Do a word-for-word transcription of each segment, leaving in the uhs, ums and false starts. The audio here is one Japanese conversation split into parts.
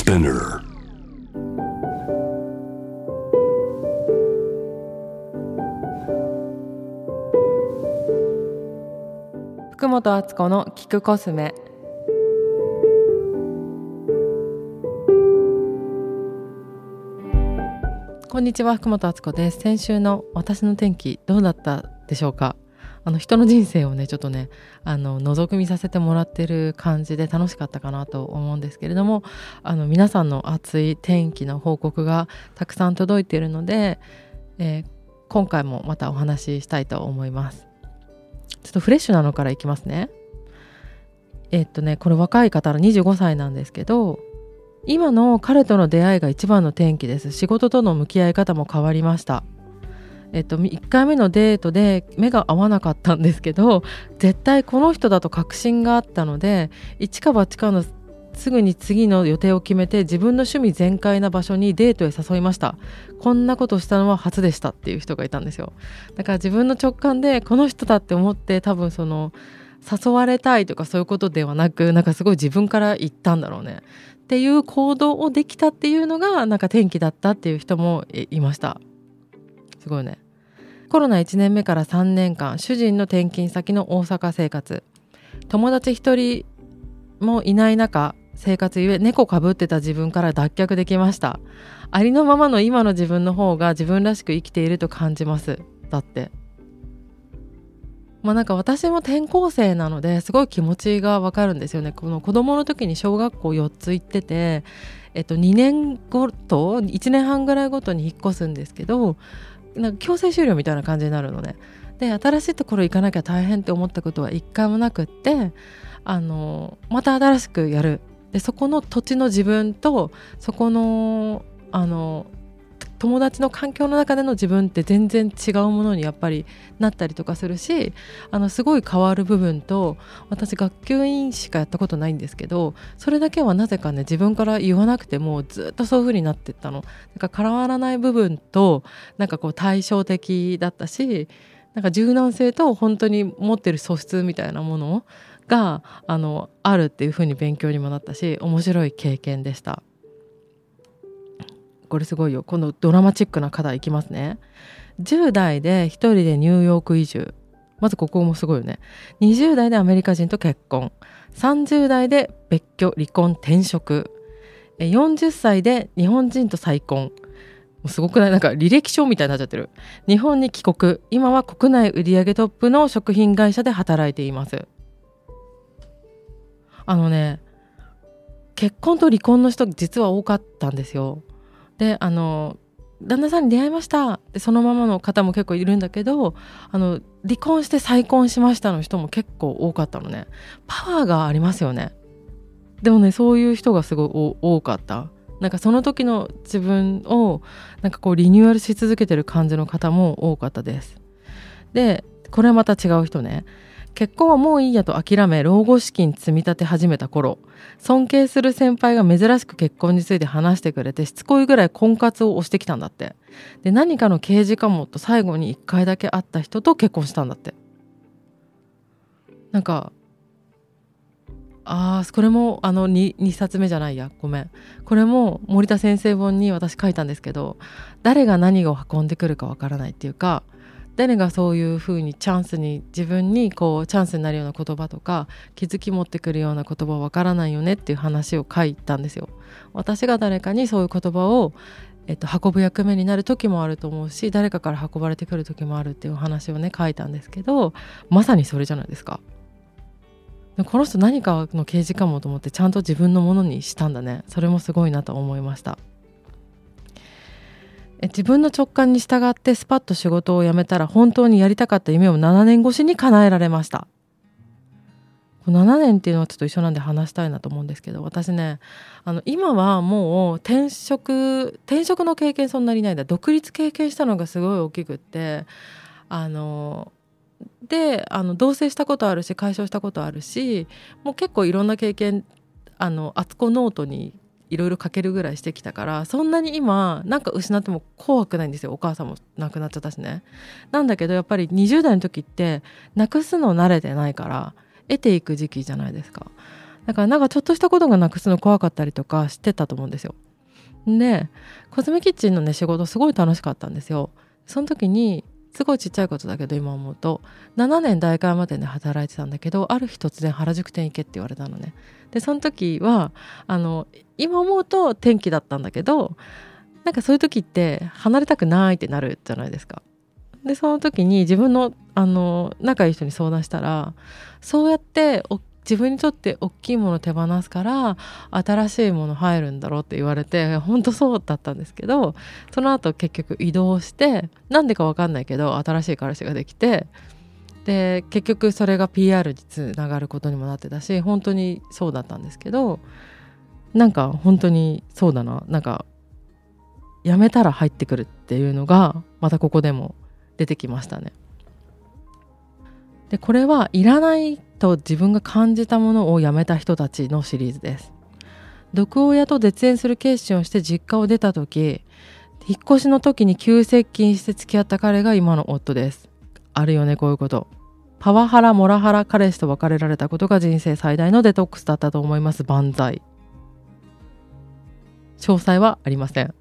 Spinner。 福本敦子の聞くコスメ。こんにちは、福本敦子です。先週の私の天気どうだったでしょうか。あの人の人生をねちょっとねあの覗き見させてもらってる感じで楽しかったかなと思うんですけれども、あの皆さんの熱い天気の報告がたくさん届いているので、えー、今回もまたお話ししたいと思います。ちょっとフレッシュなのからいきますね。えっとねこれ若い方のにじゅうごさいなんですけど、今の彼との出会いが一番の転機です。仕事との向き合い方も変わりました。えっと、いっかいめのデートで目が合わなかったんですけど、絶対この人だと確信があったので、一か八かのすぐに次の予定を決めて自分の趣味全開な場所にデートへ誘いました。こんなことしたのは初でしたっていう人がいたんですよ。だから自分の直感でこの人だって思って、多分その誘われたいとかそういうことではなく、なんかすごい自分から言ったんだろうねっていう行動をできたっていうのがなんか転機だったっていう人もいました。すごいね。コロナいちねんめからさんねんかん、主人の転勤先の大阪生活、友達一人もいない中生活ゆえ猫かぶってた自分から脱却できました。ありのままの今の自分の方が自分らしく生きていると感じます。だってまあなんか私も転校生なのですごい気持ちがわかるんですよね。この子供の時に小学校よっつ行ってて、えっと、にねんごといちねんはんぐらいごとに引っ越すんですけど、なんか強制終了みたいな感じになるのね。で新しいところ行かなきゃ大変って思ったことは一回もなくって、あのまた新しくやる。でそこの土地の自分とそこのあの友達の環境の中での自分って全然違うものにやっぱりなったりとかするし、あのすごい変わる部分と、私学級委員しかやったことないんですけど、それだけはなぜかね自分から言わなくてもずっとそういう風になってったの。なんか変わらない部分となんかこう対照的だったし、なんか柔軟性と本当に持ってる素質みたいなものが あのあるっていう風に勉強にもなったし、面白い経験でした。これすごいよ。このドラマチックな課題いきますね。じゅう代で一人でニューヨーク移住。まずここもすごいよね。にじゅう代でアメリカ人と結婚。さんじゅう代で別居、離婚、転職。よんじゅっさいで日本人と再婚。もうすごくない？なんか履歴書みたいになっちゃってる。日本に帰国。今は国内売上トップの食品会社で働いています。あのね、結婚と離婚の人実は多かったんですよ。であの旦那さんに出会いましたでそのままの方も結構いるんだけど、あの離婚して再婚しましたの人も結構多かったのね。パワーがありますよね。でもねそういう人がすごい多かった。なんかその時の自分をなんかこうリニューアルし続けてる感じの方も多かったです。でこれはまた違う人ね。結婚はもういいやと諦め老後資金積み立て始めた頃、尊敬する先輩が珍しく結婚について話してくれて、しつこいぐらい婚活を推してきたんだって。で何かの啓示かもと最後にいっかいだけ会った人と結婚したんだって。なんかあーこれもあの 2, 2冊目じゃないやごめんこれも森田先生本に私書いたんですけど、誰が何を運んでくるかわからないっていうか、誰がそういう風にチャンスに自分にこうチャンスになるような言葉とか気づき持ってくるような言葉はわからないよねっていう話を書いたんですよ。私が誰かにそういう言葉を、えっと、運ぶ役目になる時もあると思うし、誰かから運ばれてくる時もあるっていう話をね書いたんですけど、まさにそれじゃないですか。この人何かの啓示かもと思ってちゃんと自分のものにしたんだね。それもすごいなと思いました。自分の直感に従ってスパッと仕事を辞めたら本当にやりたかった夢をななねん越しに叶えられました。ななねんっていうのはちょっと一緒なんで話したいなと思うんですけど、私ねあの今はもう転職転職の経験そんなにないんだ。独立経験したのがすごい大きくって、あのであの同棲したことあるし解消したことあるし、もう結構いろんな経験あのあつこノートにいろいろ書けるぐらいしてきたから、そんなに今なんか失っても怖くないんですよ。お母さんも亡くなっちゃったしね。なんだけどやっぱりにじゅう代の時ってなくすの慣れてないから得ていく時期じゃないですか。 だからなんかちょっとしたことがなくすの怖かったりとかしてたと思うんですよ。でコスメキッチンのね仕事すごい楽しかったんですよ。その時にすごいちっちゃいことだけど今思うとななねん代官山店で働いてたんだけど、ある日突然原宿店行けって言われたのね。でその時はあの今思うと転機だったんだけど、なんかそういう時って離れたくないってなるじゃないですか。でその時に自分のあの仲いい人に相談したら、そうやってお自分にとって大きいものを手放すから新しいもの入るんだろうって言われて、本当そうだったんですけど、その後結局移動してなんでか分かんないけど新しい彼氏ができて、で結局それが ピーアール につながることにもなってたし、本当にそうだったんですけど、なんか本当にそうだな、なんかやめたら入ってくるっていうのがまたここでも出てきましたね。でこれはいらないと自分が感じたものをやめた人たちのシリーズです。毒親と絶縁する決心をして実家を出た時、引っ越しの時に急接近して付き合った彼が今の夫です。あるよねこういうこと。パワハラモラハラ彼氏と別れられたことが人生最大のデトックスだったと思います。万歳。詳細はありません。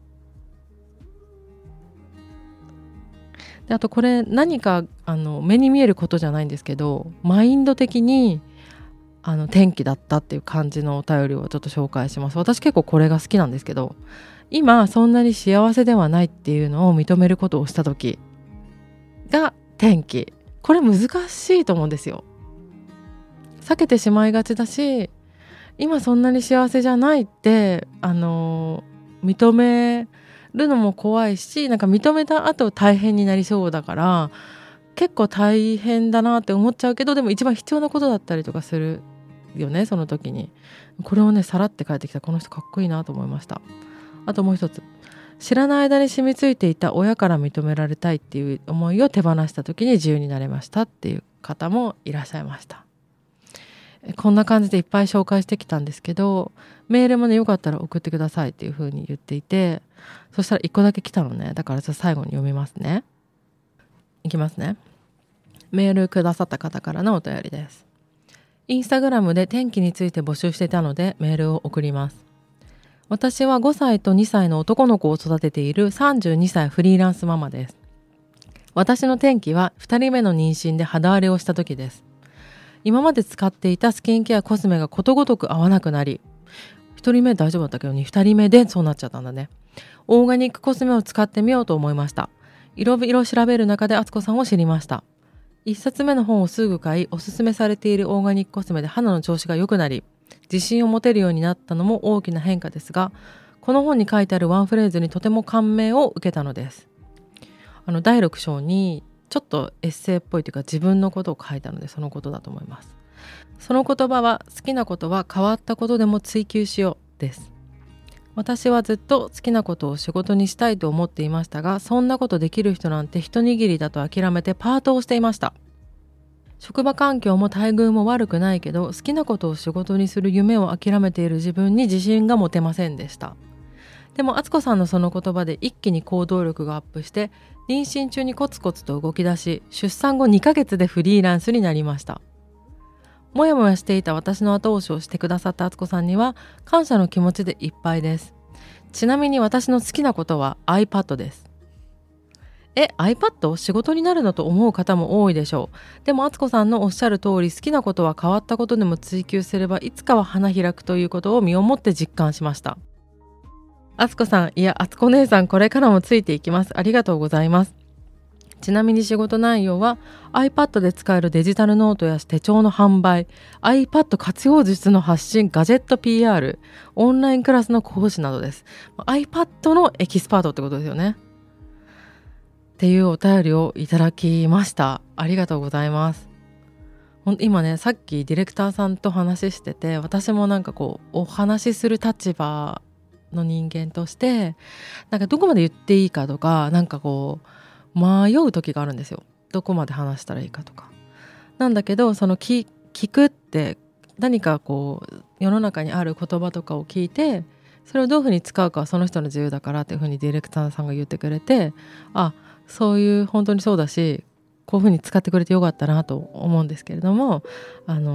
であとこれ何かあの目に見えることじゃないんですけど、マインド的にあの転機だったっていう感じのお便りをちょっと紹介します。私結構これが好きなんですけど、今そんなに幸せではないっていうのを認めることをした時が転機。これ難しいと思うんですよ。避けてしまいがちだし、今そんなに幸せじゃないってあの認めるのも怖いし、なんか認めた後大変になりそうだから結構大変だなって思っちゃうけど、でも一番必要なことだったりとかするよね。その時にこれをねさらって帰ってきたこの人かっこいいなと思いました。あともう一つ、知らない間に染みついていた親から認められたいっていう思いを手放した時に自由になれましたっていう方もいらっしゃいました。こんな感じでいっぱい紹介してきたんですけど、メールもねよかったら送ってくださいっていう風に言っていて、そしたらいっこだけ来たのね。だからじゃあ最後に読みますね。いきますね。メールくださった方からのお便りです。インスタグラムで天気について募集していたのでメールを送ります。私はごさいとにさいの男の子を育てているさんじゅうにさいフリーランスママです。私の転機はふたりめの妊娠で肌荒れをした時です。今まで使っていたスキンケアコスメがことごとく合わなくなり、ひとりめ大丈夫だったけどにふたりめでそうなっちゃったんだね。オーガニックコスメを使ってみようと思いました。いろいろ調べる中であつこさんを知りました。いっさつめの本をすぐ買い、おすすめされているオーガニックコスメで肌の調子が良くなり、自信を持てるようになったのも大きな変化ですが、この本に書いてあるワンフレーズにとても感銘を受けたのです。あのだいろく章にちょっとエッセイっぽいというか自分のことを書いたので、そのことだと思います。その言葉は、好きなことは変わったことでも追求しようです。私はずっと好きなことを仕事にしたいと思っていましたが、そんなことできる人なんて一握りだと諦めてパートをしていました。職場環境も待遇も悪くないけど、好きなことを仕事にする夢を諦めている自分に自信が持てませんでした。でもあつこさんのその言葉で一気に行動力がアップして、妊娠中にコツコツと動き出し、出産後にかげつでフリーランスになりました。もやもやしていた私の後押しをしてくださったあつこさんには感謝の気持ちでいっぱいです。ちなみに私の好きなことは iPad です。え、iPad？ 仕事になるのと思う方も多いでしょう。でもあつこさんのおっしゃる通り、好きなことは変わったことでも追求すればいつかは花開くということを身をもって実感しました。あつこさん、いやあつこ姉さん、これからもついていきます。ありがとうございます。ちなみに仕事内容は iPad で使えるデジタルノートや手帳の販売、 iPad 活用術の発信、ガジェット ピーアール、 オンラインクラスの講師などです。 iPad のエキスパートってことですよねっていうお便りをいただきました。ありがとうございます。ほん今ね、さっきディレクターさんと話してて、私もなんかこうお話しする立場の人間として、なんかどこまで言っていいかとか、なんかこう迷う時があるんですよ。どこまで話したらいいかとか。なんだけど、その 聞, 聞くって何かこう世の中にある言葉とかを聞いて、それをどういうふうに使うかはその人の自由だからっていうふうにディレクターさんが言ってくれて、あ、そういう本当にそうだし、こういうふうに使ってくれてよかったなと思うんですけれども、あの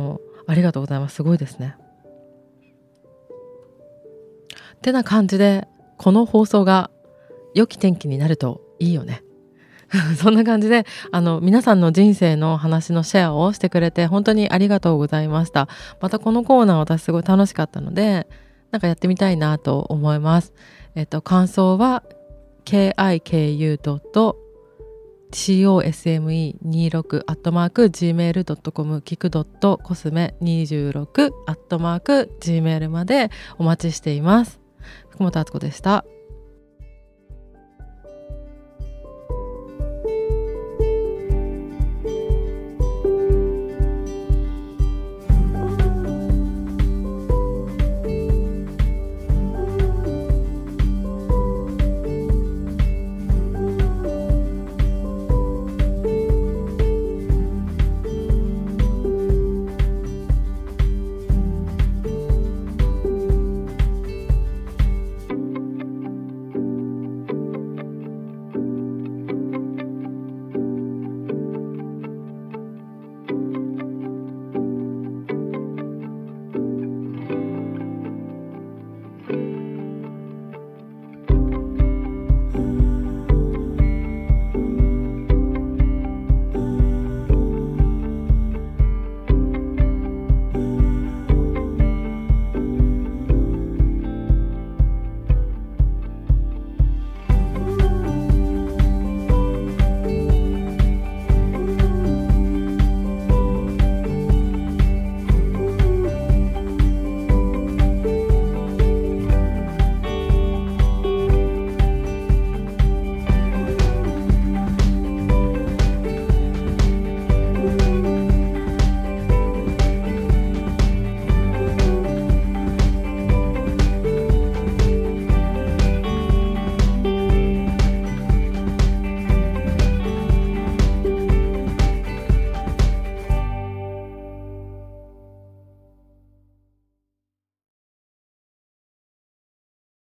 ありがとうございます。すごいですね。ってな感じで、この放送が良き天気になるといいよね。そんな感じで、あの皆さんの人生の話のシェアをしてくれて本当にありがとうございました。またこのコーナー私すごい楽しかったので、なんかやってみたいなと思います。えっと感想は ケーアイケーユードットコスメにじゅうろく アットマーク ジーメール ドットコム キクドットコスメにじゅうろく アットマーク ジーメール までお待ちしています。福本敦子でした。